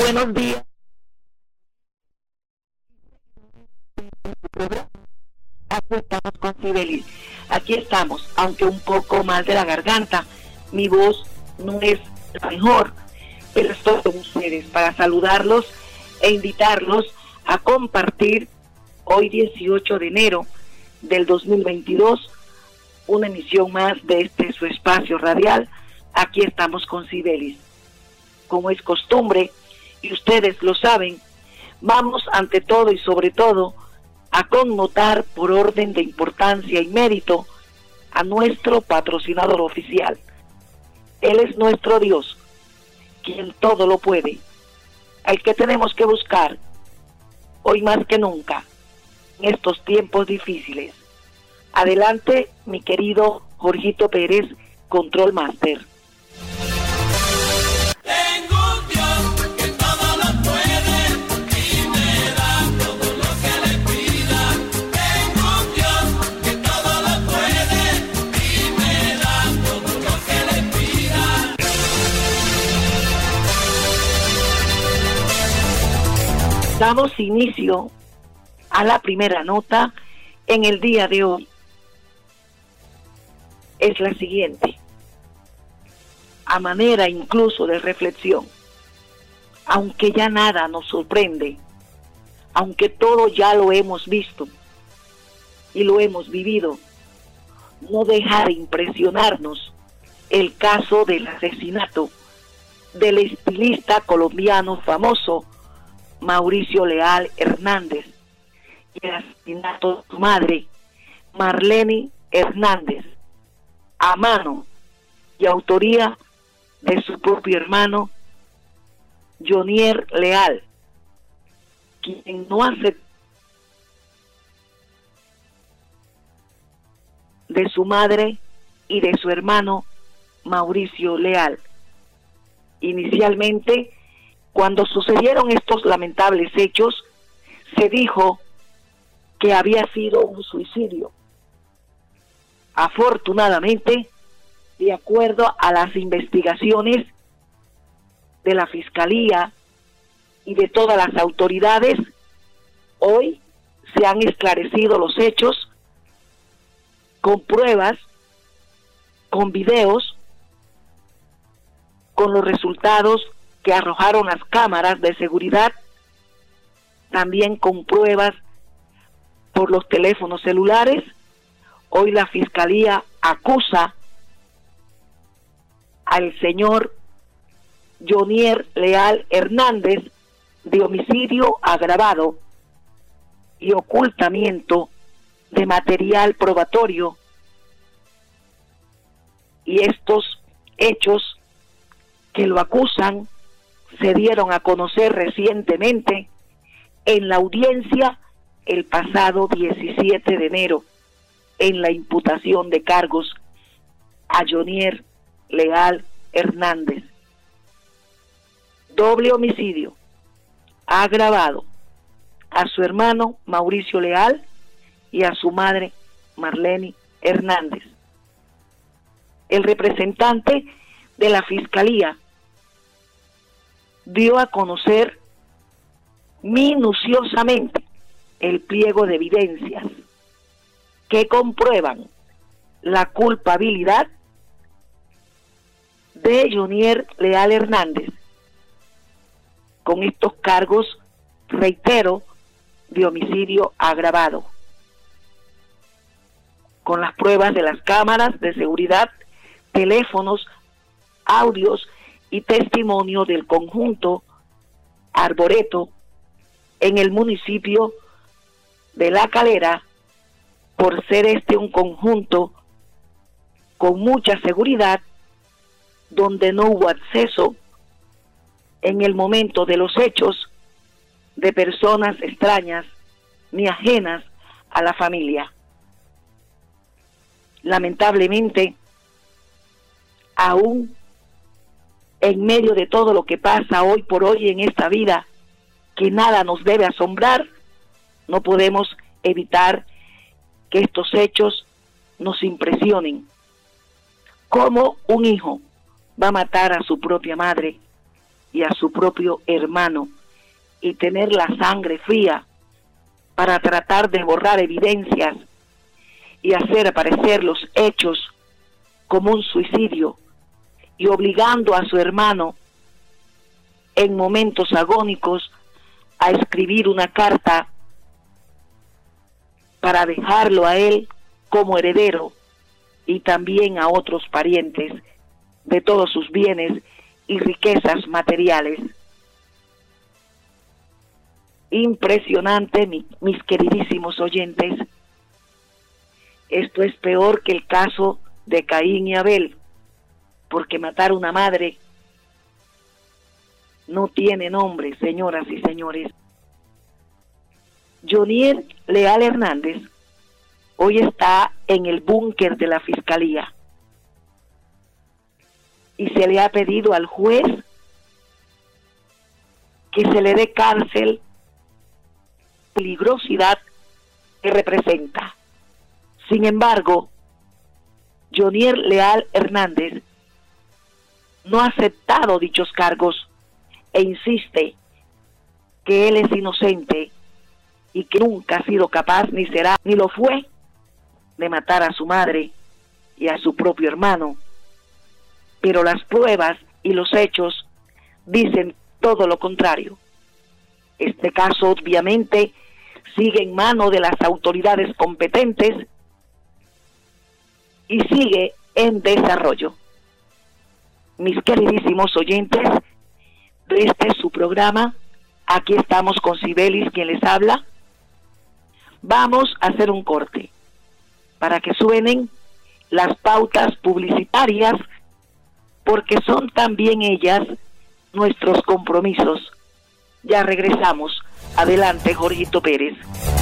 buenos días. Aquí estamos con Sibelis. Aquí estamos, aunque un poco mal de la garganta. Mi voz no es la mejor, pero estoy con ustedes para saludarlos e invitarlos a compartir hoy 18 de enero del 2022 una emisión más de este su espacio radial. Aquí estamos con Sibelis. Como es costumbre, y ustedes lo saben, vamos ante todo y sobre todo a connotar por orden de importancia y mérito a nuestro patrocinador oficial. Él es nuestro Dios, quien todo lo puede, al que tenemos que buscar hoy más que nunca en estos tiempos difíciles. Adelante, mi querido Jorgito Pérez, Control Master. Damos inicio a la primera nota en el día de hoy. Es la siguiente, a manera incluso de reflexión. Aunque ya nada nos sorprende, aunque todo ya lo hemos visto y lo hemos vivido, no deja de impresionarnos el caso del asesinato del estilista colombiano famoso Mauricio Leal Hernández y el asesinato de su madre, Marlene Hernández, a mano y autoría de su propio hermano, Jonier Leal, quien no hace de su madre y de su hermano, Mauricio Leal. Inicialmente, cuando sucedieron estos lamentables hechos, se dijo que había sido un suicidio. Afortunadamente, de acuerdo a las investigaciones de la Fiscalía y de todas las autoridades, hoy se han esclarecido los hechos con pruebas, con videos, con los resultados que arrojaron las cámaras de seguridad, también con pruebas por los teléfonos celulares. Hoy la Fiscalía acusa al señor Jonier Leal Hernández de homicidio agravado y ocultamiento de material probatorio, y estos hechos que lo acusan se dieron a conocer recientemente en la audiencia el pasado 17 de enero en la imputación de cargos a Jonier Leal Hernández. Doble homicidio agravado a su hermano Mauricio Leal y a su madre Marlene Hernández. El representante de la Fiscalía dio a conocer minuciosamente el pliego de evidencias que comprueban la culpabilidad de Jonier Leal Hernández con estos cargos, reitero, de homicidio agravado, con las pruebas de las cámaras de seguridad, teléfonos, audios y testimonio del conjunto Arboreto en el municipio de La Calera, por ser este un conjunto con mucha seguridad, donde no hubo acceso en el momento de los hechos de personas extrañas ni ajenas a la familia. Lamentablemente, aún en medio de todo lo que pasa hoy por hoy en esta vida, que nada nos debe asombrar, no podemos evitar que estos hechos nos impresionen. ¿Cómo un hijo va a matar a su propia madre y a su propio hermano, y tener la sangre fría para tratar de borrar evidencias y hacer aparecer los hechos como un suicidio, y obligando a su hermano en momentos agónicos a escribir una carta para dejarlo a él como heredero y también a otros parientes de todos sus bienes y riquezas materiales. Impresionante, mis queridísimos oyentes. Esto es peor que el caso de Caín y Abel, porque matar a una madre no tiene nombre, señoras y señores. Jonier Leal Hernández hoy está en el búnker de la Fiscalía y se le ha pedido al juez que se le dé cárcel, peligrosidad que representa. Sin embargo, Jonier Leal Hernández no ha aceptado dichos cargos e insiste que él es inocente y que nunca ha sido capaz, ni será, ni lo fue, de matar a su madre y a su propio hermano. Pero las pruebas y los hechos dicen todo lo contrario. Este caso obviamente sigue en manos de las autoridades competentes y sigue en desarrollo. Mis queridísimos oyentes, de este es su programa, aquí estamos con Sibelis, quien les habla. Vamos a hacer un corte para que suenen las pautas publicitarias, porque son también ellas nuestros compromisos. Ya regresamos. Adelante, Jorgito Pérez.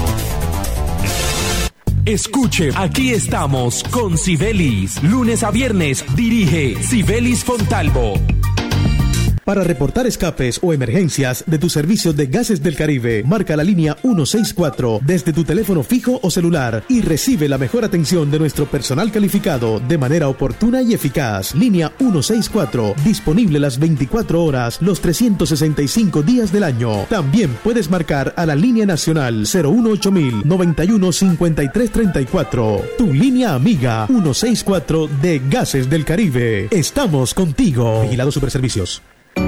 Escuche, aquí estamos con Sibelis. Lunes a viernes dirige Sibelis Fontalvo. Para reportar escapes o emergencias de tu servicio de Gases del Caribe, marca la línea 164 desde tu teléfono fijo o celular y recibe la mejor atención de nuestro personal calificado de manera oportuna y eficaz. Línea 164, disponible las 24 horas, los 365 días del año. También puedes marcar a la línea nacional 018000 91 53 34. Tu línea amiga 164 de Gases del Caribe. Estamos contigo. Vigilado Superservicios.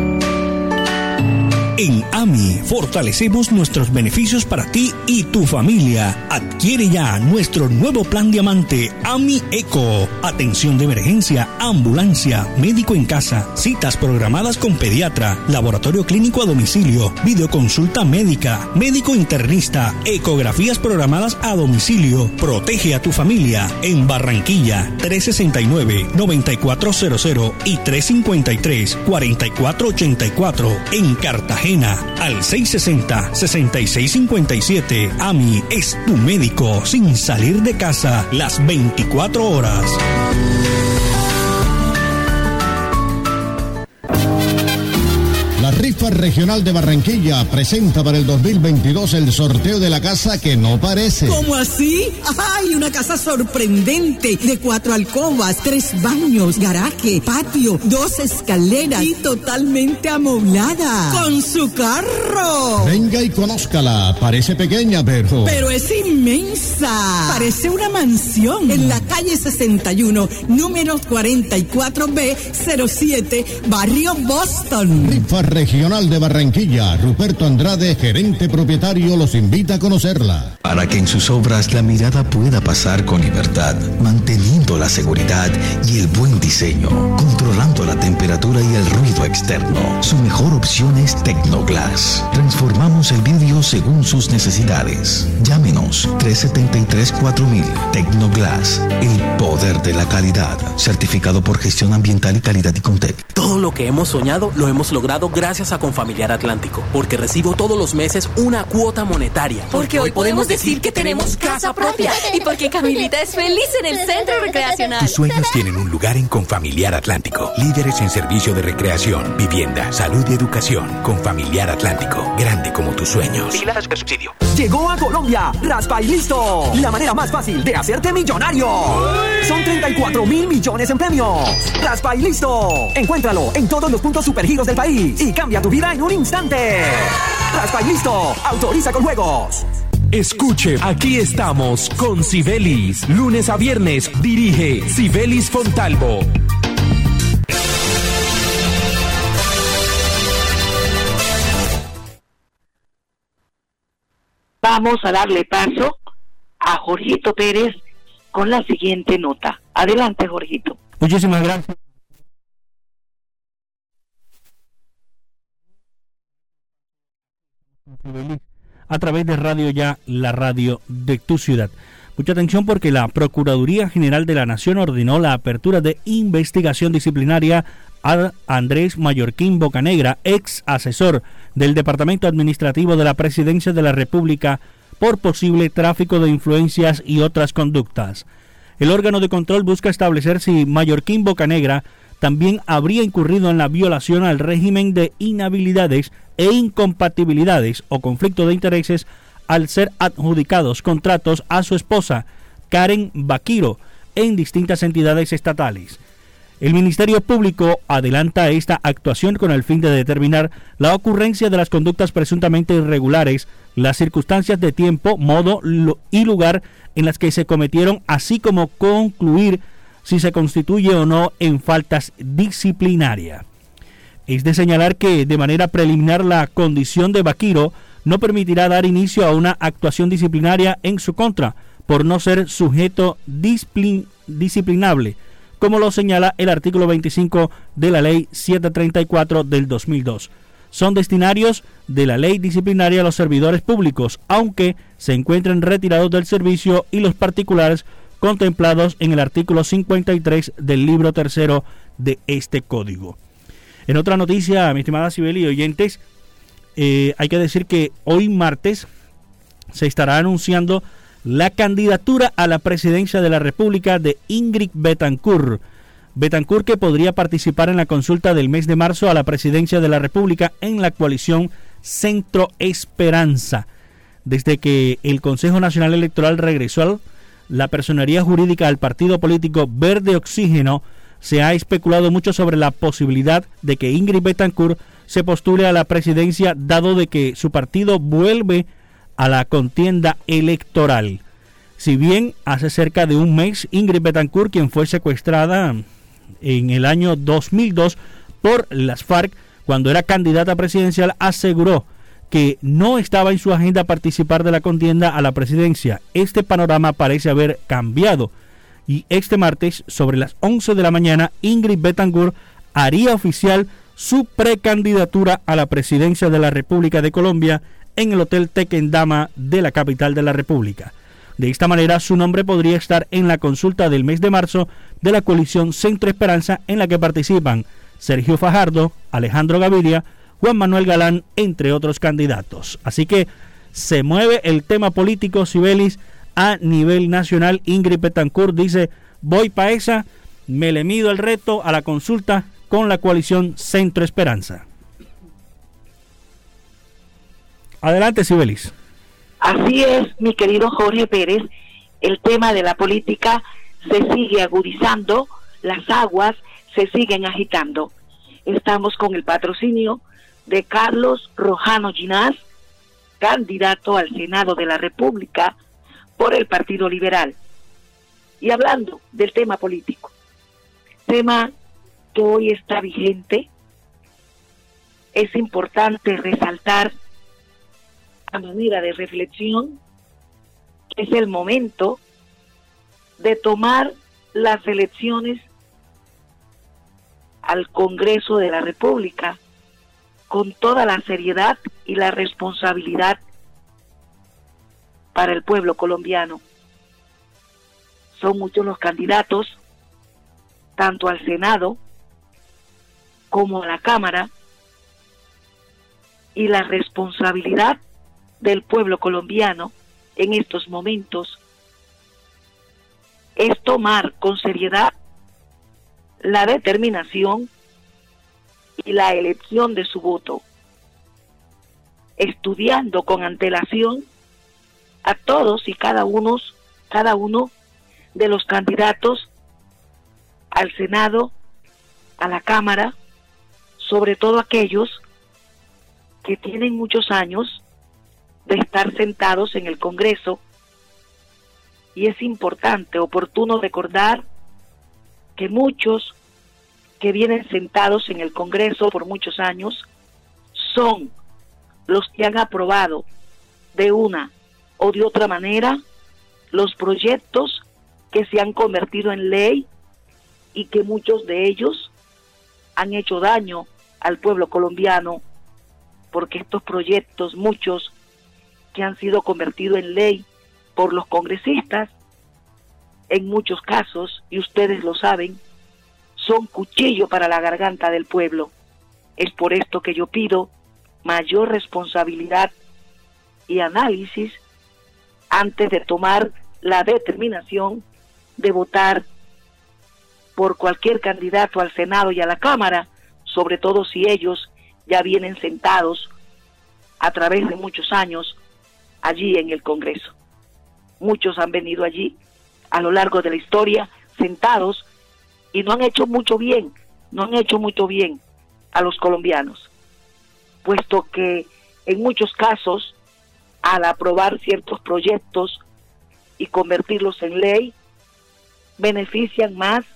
En AMI fortalecemos nuestros beneficios para ti y tu familia. Adquiere ya nuestro nuevo plan diamante AMI Eco. Atención de emergencia, ambulancia, médico en casa, citas programadas con pediatra, laboratorio clínico a domicilio, videoconsulta médica, médico internista, ecografías programadas a domicilio. Protege a tu familia en Barranquilla 369-9400 y 353-4484. En Cartagena al 660-6657. AMI es tu médico sin salir de casa las 24 horas. La Rifa Regional de Barranquilla presenta para el 2022 el sorteo de la casa que no parece. ¿Cómo así? ¡Ay! Una casa sorprendente de 4 alcobas, 3 baños, garaje, patio, 2 escaleras y totalmente amoblada. ¡Con su carro! Venga y conózcala. Parece pequeña, pero es inmensa. Parece una mansión. En la calle 61, número 44B07, Barrio Boston. Rifa Regional de Barranquilla. Ruperto Andrade, gerente propietario, los invita a conocerla. Para que en sus obras la mirada pueda pasar con libertad, manteniendo la seguridad y el buen diseño, controlando la temperatura y el ruido externo. Su mejor opción es Tecnoglass. Transformamos el vidrio según sus necesidades. Llámenos 373-4000. Tecnoglass, el poder de la calidad. Certificado por Gestión Ambiental y Calidad y Contec. Todo lo que hemos soñado lo hemos logrado gracias a Confamiliar Atlántico, porque recibo todos los meses una cuota monetaria. Porque hoy podemos decir que tenemos casa propia y porque Camilita es feliz en el centro recreacional. Tus sueños tienen un lugar en Confamiliar Atlántico. Líderes en servicio de recreación, vivienda, salud y educación. Confamiliar Atlántico, grande como tus sueños. Vigilada Supersubsidio. Llegó a Colombia, Raspa y Listo, la manera más fácil de hacerte millonario. Son 34.000 millones en premios. Raspa y Listo. Encuéntralo en todos los puntos Supergiros del país y cambia tu vida en un instante. Raspa y Listo. Autoriza con juegos. Escuche, aquí estamos con Sibelis. Lunes a viernes dirige Sibelis Fontalvo. Vamos a darle paso a Jorgito Pérez con la siguiente nota. Adelante, Jorgito. Muchísimas gracias. A través de Radio Ya, la radio de tu ciudad. Mucha atención porque la Procuraduría General de la Nación ordenó la apertura de investigación disciplinaria a Andrés Mallorquín Bocanegra, ex asesor del Departamento Administrativo de la Presidencia de la República, por posible tráfico de influencias y otras conductas. El órgano de control busca establecer si Mallorquín Bocanegra también habría incurrido en la violación al régimen de inhabilidades e incompatibilidades o conflicto de intereses al ser adjudicados contratos a su esposa, Karen Baquiro, en distintas entidades estatales. El Ministerio Público adelanta esta actuación con el fin de determinar la ocurrencia de las conductas presuntamente irregulares, las circunstancias de tiempo, modo y lugar en las que se cometieron, así como concluir si se constituye o no en faltas disciplinarias. Es de señalar que de manera preliminar la condición de Baquiro no permitirá dar inicio a una actuación disciplinaria en su contra por no ser sujeto disciplinable, como lo señala el artículo 25 de la Ley 734 del 2002. Son destinarios de la ley disciplinaria los servidores públicos, aunque se encuentren retirados del servicio, y los particulares contemplados en el artículo 53 del libro tercero de este código. En otra noticia, mi estimada Sibeli y oyentes, hay que decir que hoy martes se estará anunciando la candidatura a la presidencia de la República de Ingrid Betancourt. Betancourt, que podría participar en la consulta del mes de marzo a la presidencia de la República en la coalición Centro Esperanza. Desde que el Consejo Nacional Electoral regresó la personería jurídica al partido político Verde Oxígeno, se ha especulado mucho sobre la posibilidad de que Ingrid Betancourt se postule a la presidencia, dado de que su partido vuelve a la contienda electoral. Si bien hace cerca de un mes Ingrid Betancourt, quien fue secuestrada en el año 2002 por las FARC cuando era candidata presidencial, aseguró que no estaba en su agenda participar de la contienda a la presidencia. Este panorama parece haber cambiado, y este martes, sobre las 11 de la mañana, Ingrid Betancourt haría oficial su precandidatura a la presidencia de la República de Colombia en el Hotel Tequendama de la capital de la República. De esta manera, su nombre podría estar en la consulta del mes de marzo de la coalición Centro Esperanza, en la que participan Sergio Fajardo, Alejandro Gaviria, Juan Manuel Galán, entre otros candidatos. Así que se mueve el tema político, Sibelis, a nivel nacional. Ingrid Betancourt dice: voy pa' esa, me le mido el reto a la consulta con la coalición Centro Esperanza. Adelante, Sibelis. Así es, mi querido Jorge Pérez, el tema de la política se sigue agudizando, las aguas se siguen agitando. Estamos con el patrocinio de Carlos Rojano Ginás, candidato al Senado de la República por el Partido Liberal. Y hablando del tema político, tema que hoy está vigente, es importante resaltar a manera de reflexión que es el momento de tomar las elecciones al Congreso de la República con toda la seriedad y la responsabilidad para el pueblo colombiano. Son muchos los candidatos, tanto al Senado como a la Cámara, y la responsabilidad del pueblo colombiano en estos momentos es tomar con seriedad la determinación y la elección de su voto, estudiando con antelación a todos y cada uno de los candidatos al Senado, a la Cámara, sobre todo aquellos que tienen muchos años de estar sentados en el Congreso, y es importante, oportuno recordar que muchos que vienen sentados en el Congreso por muchos años son los que han aprobado de una o de otra manera los proyectos que se han convertido en ley y que muchos de ellos han hecho daño al pueblo colombiano, porque estos proyectos, muchos que han sido convertidos en ley por los congresistas, en muchos casos, y ustedes lo saben, son cuchillo para la garganta del pueblo. Es por esto que yo pido mayor responsabilidad y análisis antes de tomar la determinación de votar por cualquier candidato al Senado y a la Cámara, sobre todo si ellos ya vienen sentados a través de muchos años allí en el Congreso. Muchos han venido allí a lo largo de la historia sentados y no han hecho mucho bien a los colombianos, puesto que en muchos casos, al aprobar ciertos proyectos y convertirlos en ley, benefician más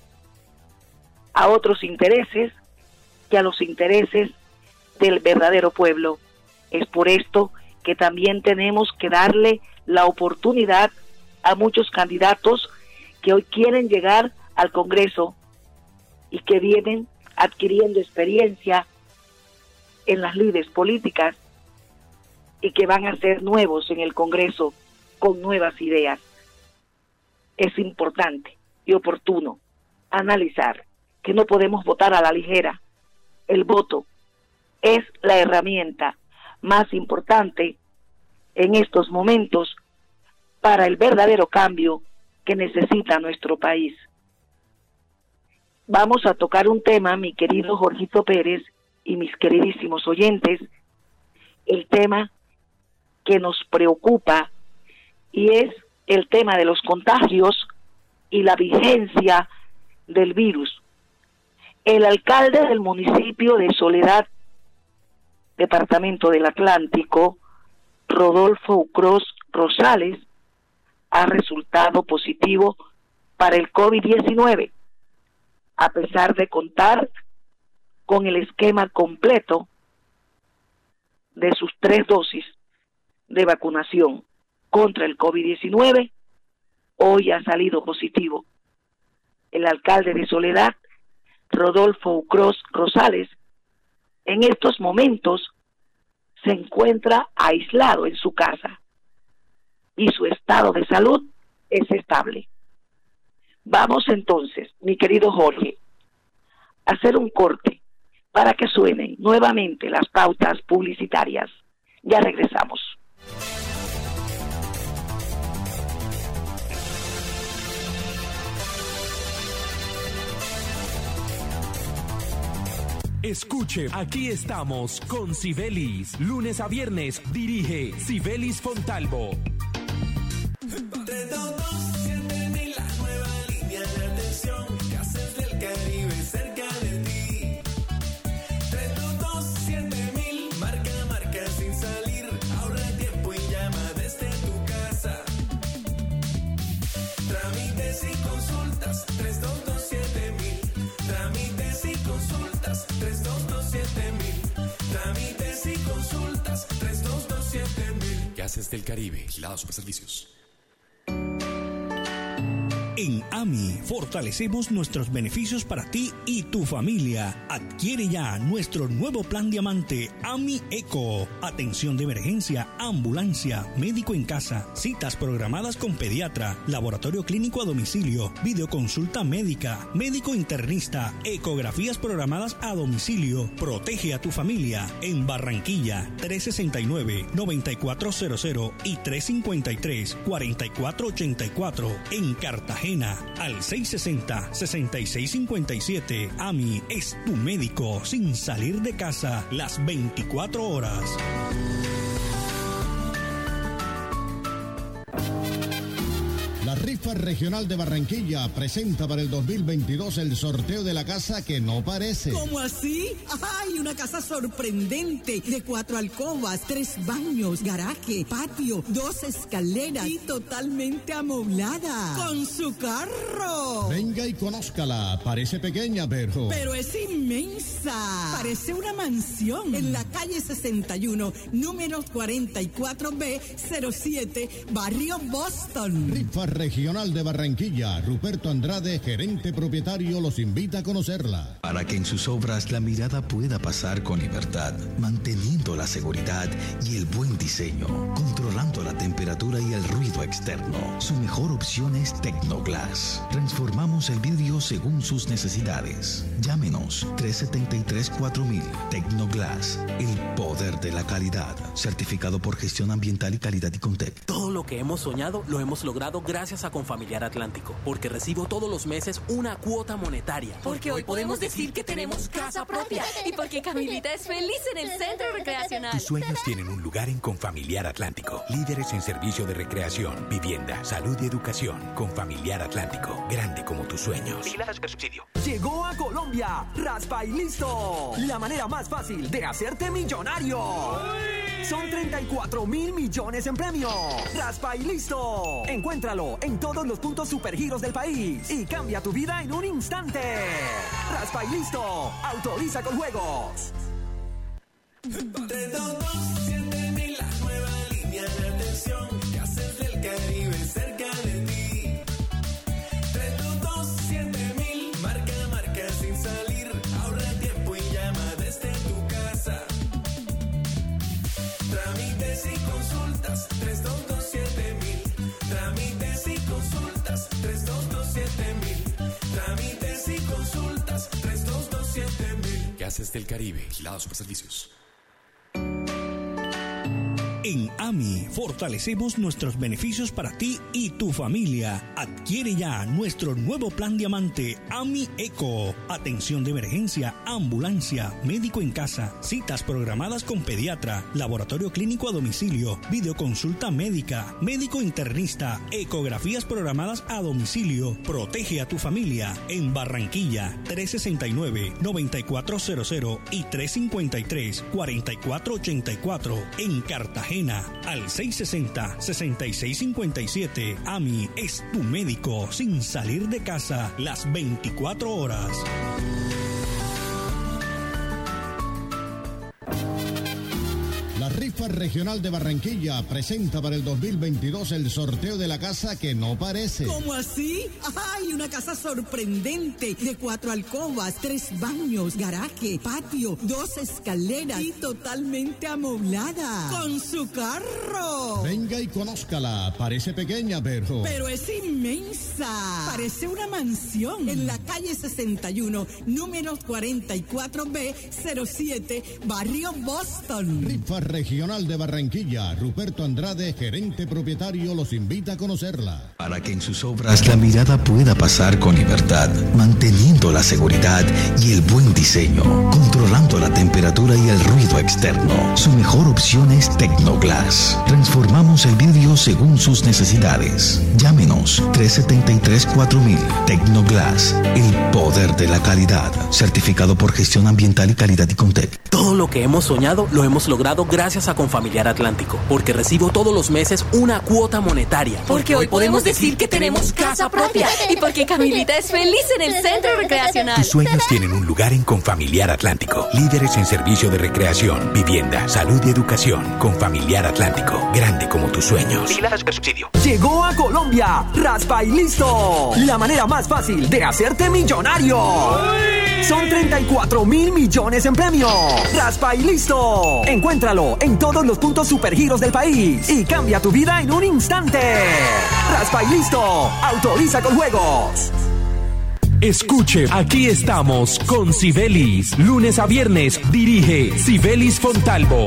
a otros intereses que a los intereses del verdadero pueblo. Es por esto que también tenemos que darle la oportunidad a muchos candidatos que hoy quieren llegar al Congreso y que vienen adquiriendo experiencia en las lides políticas y que van a ser nuevos en el Congreso con nuevas ideas. Es importante y oportuno analizar que no podemos votar a la ligera. El voto es la herramienta más importante en estos momentos para el verdadero cambio que necesita nuestro país. Vamos a tocar un tema, mi querido Jorgito Pérez y mis queridísimos oyentes, el tema que nos preocupa, y es el tema de los contagios y la vigencia del virus. El alcalde del municipio de Soledad, departamento del Atlántico, Rodolfo Ucros Rosales, ha resultado positivo para el COVID-19, a pesar de contar con el esquema completo de sus 3 dosis de vacunación contra el COVID-19, hoy ha salido positivo. El alcalde de Soledad, Rodolfo Ucros Rosales, en estos momentos se encuentra aislado en su casa y su estado de salud es estable. Vamos entonces, mi querido Jorge, a hacer un corte para que suenen nuevamente las pautas publicitarias. Ya regresamos. Escuche, aquí estamos con Sibelis. Lunes a viernes dirige Sibelis Fontalvo. La nueva línea de atención, Gases del Caribe cerca de ti. 322-7000, marca sin salir, ahorra tiempo y llama desde tu casa. Trámites y consultas, 322-7000. Trámites y consultas, 322-7000. Trámites y consultas, 322-7000. Gases del Caribe, Vigilado Superservicios. En AMI fortalecemos nuestros beneficios para ti y tu familia. Adquiere ya nuestro nuevo plan diamante AMI Eco. Atención de emergencia, ambulancia, médico en casa, citas programadas con pediatra, laboratorio clínico a domicilio, videoconsulta médica, médico internista, ecografías programadas a domicilio. Protege a tu familia en Barranquilla 369-9400 y 353-4484 en Cartagena al 660-6657. AMI es tu médico sin salir de casa las 24 horas. La rifa regional de Barranquilla presenta para el 2022 el sorteo de la casa que no parece. ¿Cómo así? ¡Ay! Una casa sorprendente de 4 alcobas, 3 baños, garaje, patio, 2 escaleras y totalmente amoblada. ¡Con su carro! Venga y conózcala. Parece pequeña, pero... Pero es inmensa. Parece una mansión. En la calle 61, número 44B07, Barrio Boston. Rifa regional de Barranquilla. Ruperto Andrade, gerente propietario, los invita a conocerla. Para que en sus obras la mirada pueda pasar con libertad, manteniendo la seguridad y el buen diseño, controlando la temperatura y el ruido externo. Su mejor opción es Tecnoglass. Transformamos el vidrio según sus necesidades. Llámenos 373-4000. Tecnoglass, el poder de la calidad. Certificado por Gestión Ambiental y Calidad y Contec. Todo lo que hemos soñado lo hemos logrado gracias a Confamiliar Atlántico, porque recibo todos los meses una cuota monetaria. Porque hoy podemos decir que tenemos casa propia y porque Camilita es feliz en el centro recreacional. Tus sueños tienen un lugar en Confamiliar Atlántico. Líderes en servicio de recreación, vivienda, salud y educación. Confamiliar Atlántico, grande como tus sueños. Vigilada Supersubsidio. Llegó a Colombia, Raspa y Listo. La manera más fácil de hacerte millonario. Son 34.000 millones en premios. Raspa y Listo. Encuéntralo en todos los puntos Supergiros del país y cambia tu vida en un instante. Raspa y Listo. Autoriza con juegos. 322-7000, la nueva línea de atención. Gases del Caribe cerca de ti. 322-7000, marca sin salir. Ahorra tiempo y llama desde tu casa. Trámites y consultas, 322-7000. Trámites y consultas, 322-7000. Trámites y consultas, 322-7000. Gases del Caribe, Vigilados Superservicios. En AMI fortalecemos nuestros beneficios para ti y tu familia. Adquiere ya nuestro nuevo plan diamante AMI Eco. Atención de emergencia, ambulancia, médico en casa, citas programadas con pediatra, laboratorio clínico a domicilio, videoconsulta médica, médico internista, ecografías programadas a domicilio. Protege a tu familia en Barranquilla 369-9400 y 353-4484. En Cartagena al 660-6657. AMI es tu médico sin salir de casa las 24 horas. La rifa regional de Barranquilla presenta para el 2022 el sorteo de la casa que no parece. ¿Cómo así? ¡Ay! Una casa sorprendente de 4 alcobas, 3 baños, garaje, patio, 2 escaleras y totalmente amoblada. ¡Con su carro! Venga y conózcala. Parece pequeña, pero... Pero es inmensa. Parece una mansión. En la calle 61, número 44B07, Barrio Boston. Rifa regional de Barranquilla. Ruperto Andrade, gerente propietario, los invita a conocerla. Para que en sus obras la mirada pueda pasar con libertad, manteniendo la seguridad y el buen diseño, controlando la temperatura y el ruido externo. Su mejor opción es Tecnoglass. Transformamos el vidrio según sus necesidades. Llámenos 373-4000. Tecnoglass, el poder de la calidad. Certificado por Gestión Ambiental y Calidad y Contec. Todo lo que hemos soñado lo hemos logrado gracias a Confamiliar Atlántico, porque recibo todos los meses una cuota monetaria. Porque hoy podemos decir que tenemos casa propia y porque Camilita es feliz en el centro recreacional. Tus sueños tienen un lugar en Confamiliar Atlántico. Líderes en servicio de recreación, vivienda, salud y educación. Confamiliar Atlántico, grande como tus sueños. Vigilada Supersubsidio. Llegó a Colombia, Raspa y Listo. La manera más fácil de hacerte millonario. Son 34.000 millones en premios. Raspa y Listo. Encuéntralo en todos los puntos Supergiros del país y cambia tu vida en un instante. Raspa y Listo. Autoriza con juegos. Escuche, aquí estamos con Sibelis. Lunes a viernes dirige Sibelis Fontalvo.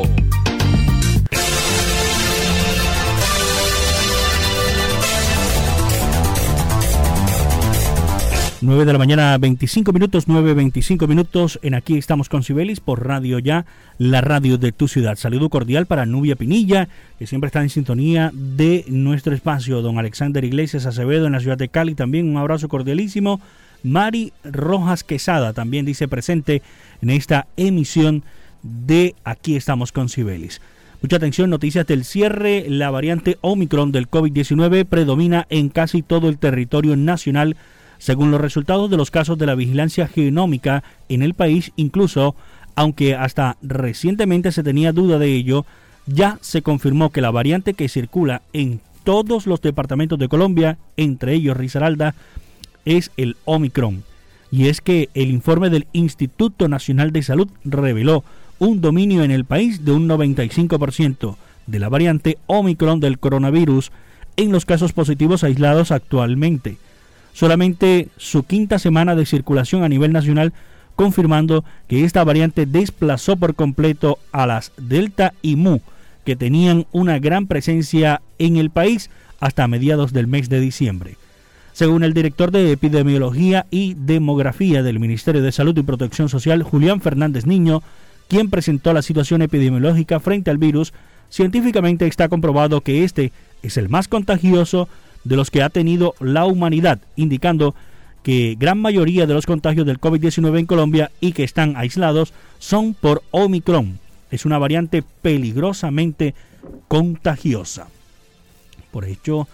9 de la mañana, 25 minutos, 9:25 minutos. En Aquí Estamos con Sibelis por Radio Ya, la radio de tu ciudad. Saludo cordial para Nubia Pinilla, que siempre está en sintonía de nuestro espacio. Don Alexander Iglesias Acevedo en la ciudad de Cali, también un abrazo cordialísimo. Mari Rojas Quesada también dice presente en esta emisión de Aquí Estamos con Sibelis. Mucha atención, noticias del cierre. La variante Omicron del COVID-19 predomina en casi todo el territorio nacional, según los resultados de los casos de la vigilancia genómica en el país. Incluso, aunque hasta recientemente se tenía duda de ello, ya se confirmó que la variante que circula en todos los departamentos de Colombia, entre ellos Risaralda, es el Omicron. Y es que el informe del Instituto Nacional de Salud reveló un dominio en el país de un 95% de la variante Omicron del coronavirus en los casos positivos aislados actualmente. Solamente su quinta semana de circulación a nivel nacional, confirmando que esta variante desplazó por completo a las Delta y Mu, que tenían una gran presencia en el país hasta mediados del mes de diciembre. Según el director de Epidemiología y Demografía del Ministerio de Salud y Protección Social, Julián Fernández Niño, quien presentó la situación epidemiológica frente al virus, científicamente está comprobado que este es el más contagioso de los que ha tenido la humanidad, indicando que gran mayoría de los contagios del COVID-19 en Colombia y que están aislados son por Omicron. Es una variante peligrosamente contagiosa. Por hecho,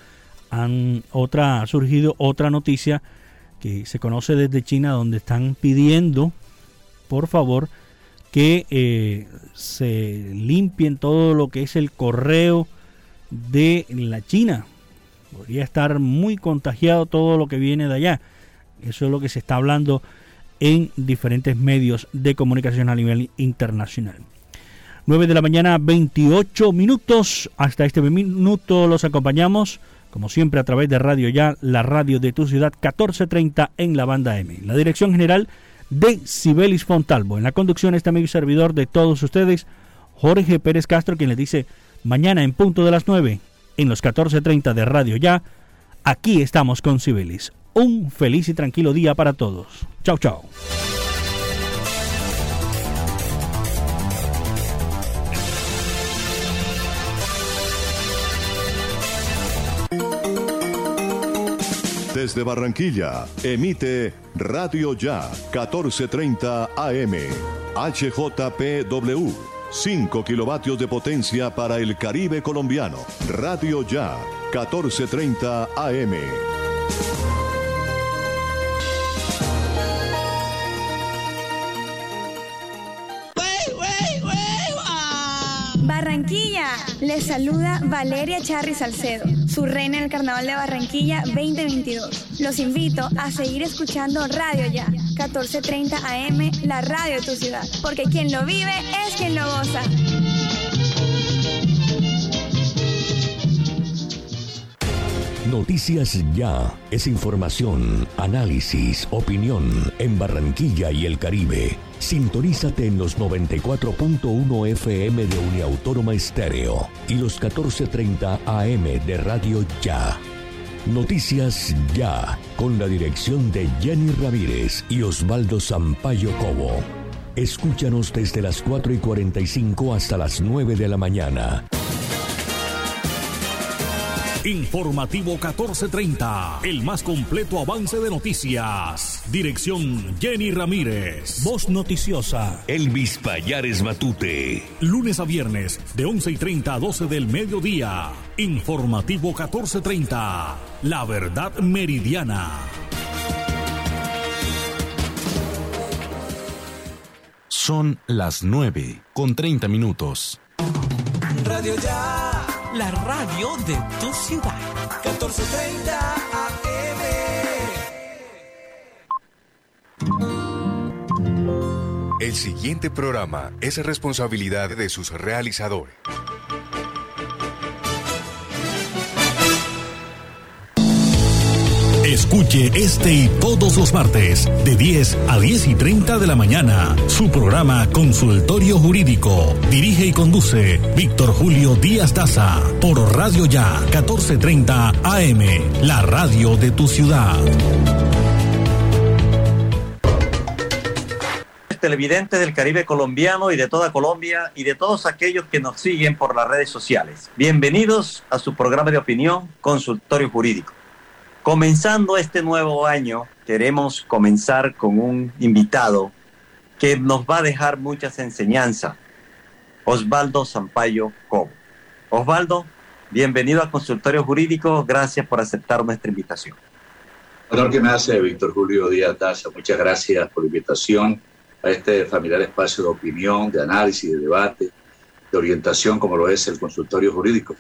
ha surgido otra noticia que se conoce desde China, donde están pidiendo, por favor, que se limpien todo lo que es el correo de la China. Podría estar muy contagiado todo lo que viene de allá. Eso es lo que se está hablando en diferentes medios de comunicación a nivel internacional. 9 de la mañana, 28 minutos. Hasta este minuto los acompañamos, como siempre, a través de Radio Ya, la radio de tu ciudad, 1430 en la banda M. La dirección general de Sibelis Fontalvo. En la conducción, este amigo y servidor de todos ustedes, Jorge Pérez Castro, quien les dice mañana en punto de las 9, en los 14:30 de Radio Ya, Aquí Estamos con Sibelis. Un feliz y tranquilo día para todos. Chao, chao. Desde Barranquilla, emite Radio Ya, 1430 AM, HJPW, 5 kilovatios de potencia para el Caribe colombiano. Radio Ya, 1430 AM. Barranquilla, les saluda Valeria Charri Salcedo, su reina en el Carnaval de Barranquilla 2022. Los invito a seguir escuchando Radio Ya, 1430 AM, la radio de tu ciudad, porque quien lo vive es quien lo goza. Noticias Ya es información, análisis, opinión en Barranquilla y el Caribe. Sintonízate en los 94.1 FM de Uniautónoma Estéreo y los 1430 AM de Radio Ya. Noticias Ya, con la dirección de Jenny Ramírez y Osvaldo Sampaio Cobo. Escúchanos desde las 4:45 hasta las 9 de la mañana. Informativo 1430, el más completo avance de noticias. Dirección Jenny Ramírez. Voz noticiosa Elvis Payares Matute. Lunes a viernes de 11:30 a 12 del mediodía. Informativo 1430, la verdad meridiana. Son las 9:30. Radio Ya, la radio de tu ciudad. 1430 AM. El siguiente programa es responsabilidad de sus realizadores. Escuche este y todos los martes de 10 a 10:30 de la mañana su programa Consultorio Jurídico. Dirige y conduce Víctor Julio Díaz Daza por Radio Ya 1430 AM, la radio de tu ciudad. televidentes del Caribe colombiano y de toda Colombia y de todos aquellos que nos siguen por las redes sociales. Bienvenidos a su programa de opinión, Consultorio Jurídico. Comenzando este nuevo año, queremos comenzar con un invitado que nos va a dejar muchas enseñanzas. Osvaldo Sampaio Cobo. Osvaldo, bienvenido a Consultorio Jurídico. Gracias por aceptar nuestra invitación. Honor que me hace Víctor Julio Díaz Daza. Muchas gracias por la invitación a este familiar espacio de opinión, de análisis, de debate, de orientación, como lo es el Consultorio Jurídico.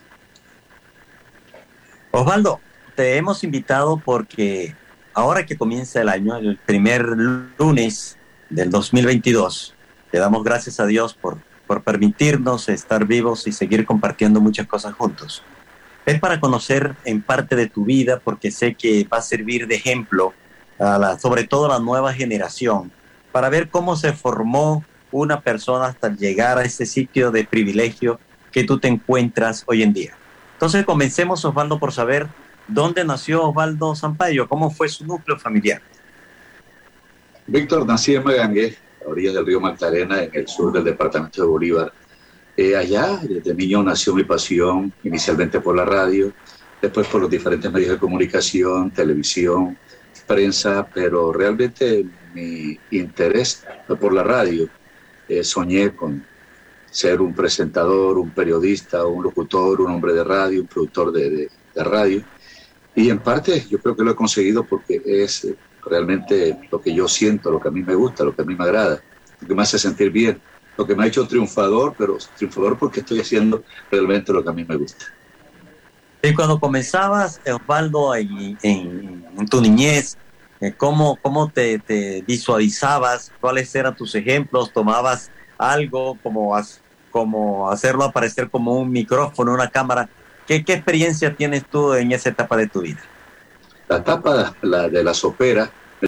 Osvaldo, te hemos invitado porque ahora que comienza el año, el primer lunes del 2022, te damos gracias a Dios por permitirnos estar vivos y seguir compartiendo muchas cosas juntos. Es para conocer en parte de tu vida, porque sé que va a servir de ejemplo sobre todo a la nueva generación, para ver cómo se formó una persona hasta llegar a ese sitio de privilegio que tú te encuentras hoy en día. Entonces comencemos, Osvaldo, por saber dónde nació Osvaldo Sampaio, cómo fue su núcleo familiar. Víctor, nací en Magangué, a orillas del río Magdalena, en el sur del departamento de Bolívar. Allá, desde niño, nació mi pasión, inicialmente por la radio, después por los diferentes medios de comunicación, televisión, prensa, pero realmente mi interés fue por la radio. Soñé con ser un presentador, un periodista, un locutor, un hombre de radio, un productor de radio. Y en parte yo creo que lo he conseguido porque es realmente lo que yo siento, lo que a mí me gusta, lo que a mí me agrada, lo que me hace sentir bien, lo que me ha hecho triunfador, pero triunfador porque estoy haciendo realmente lo que a mí me gusta. Y cuando comenzabas, Osvaldo, en tu niñez, ¿cómo te visualizabas? ¿Cuáles eran tus ejemplos? ¿Tomabas algo como hacerlo aparecer como un micrófono, una cámara? ¿Qué experiencia tienes tú en esa etapa de tu vida? La etapa de la sopera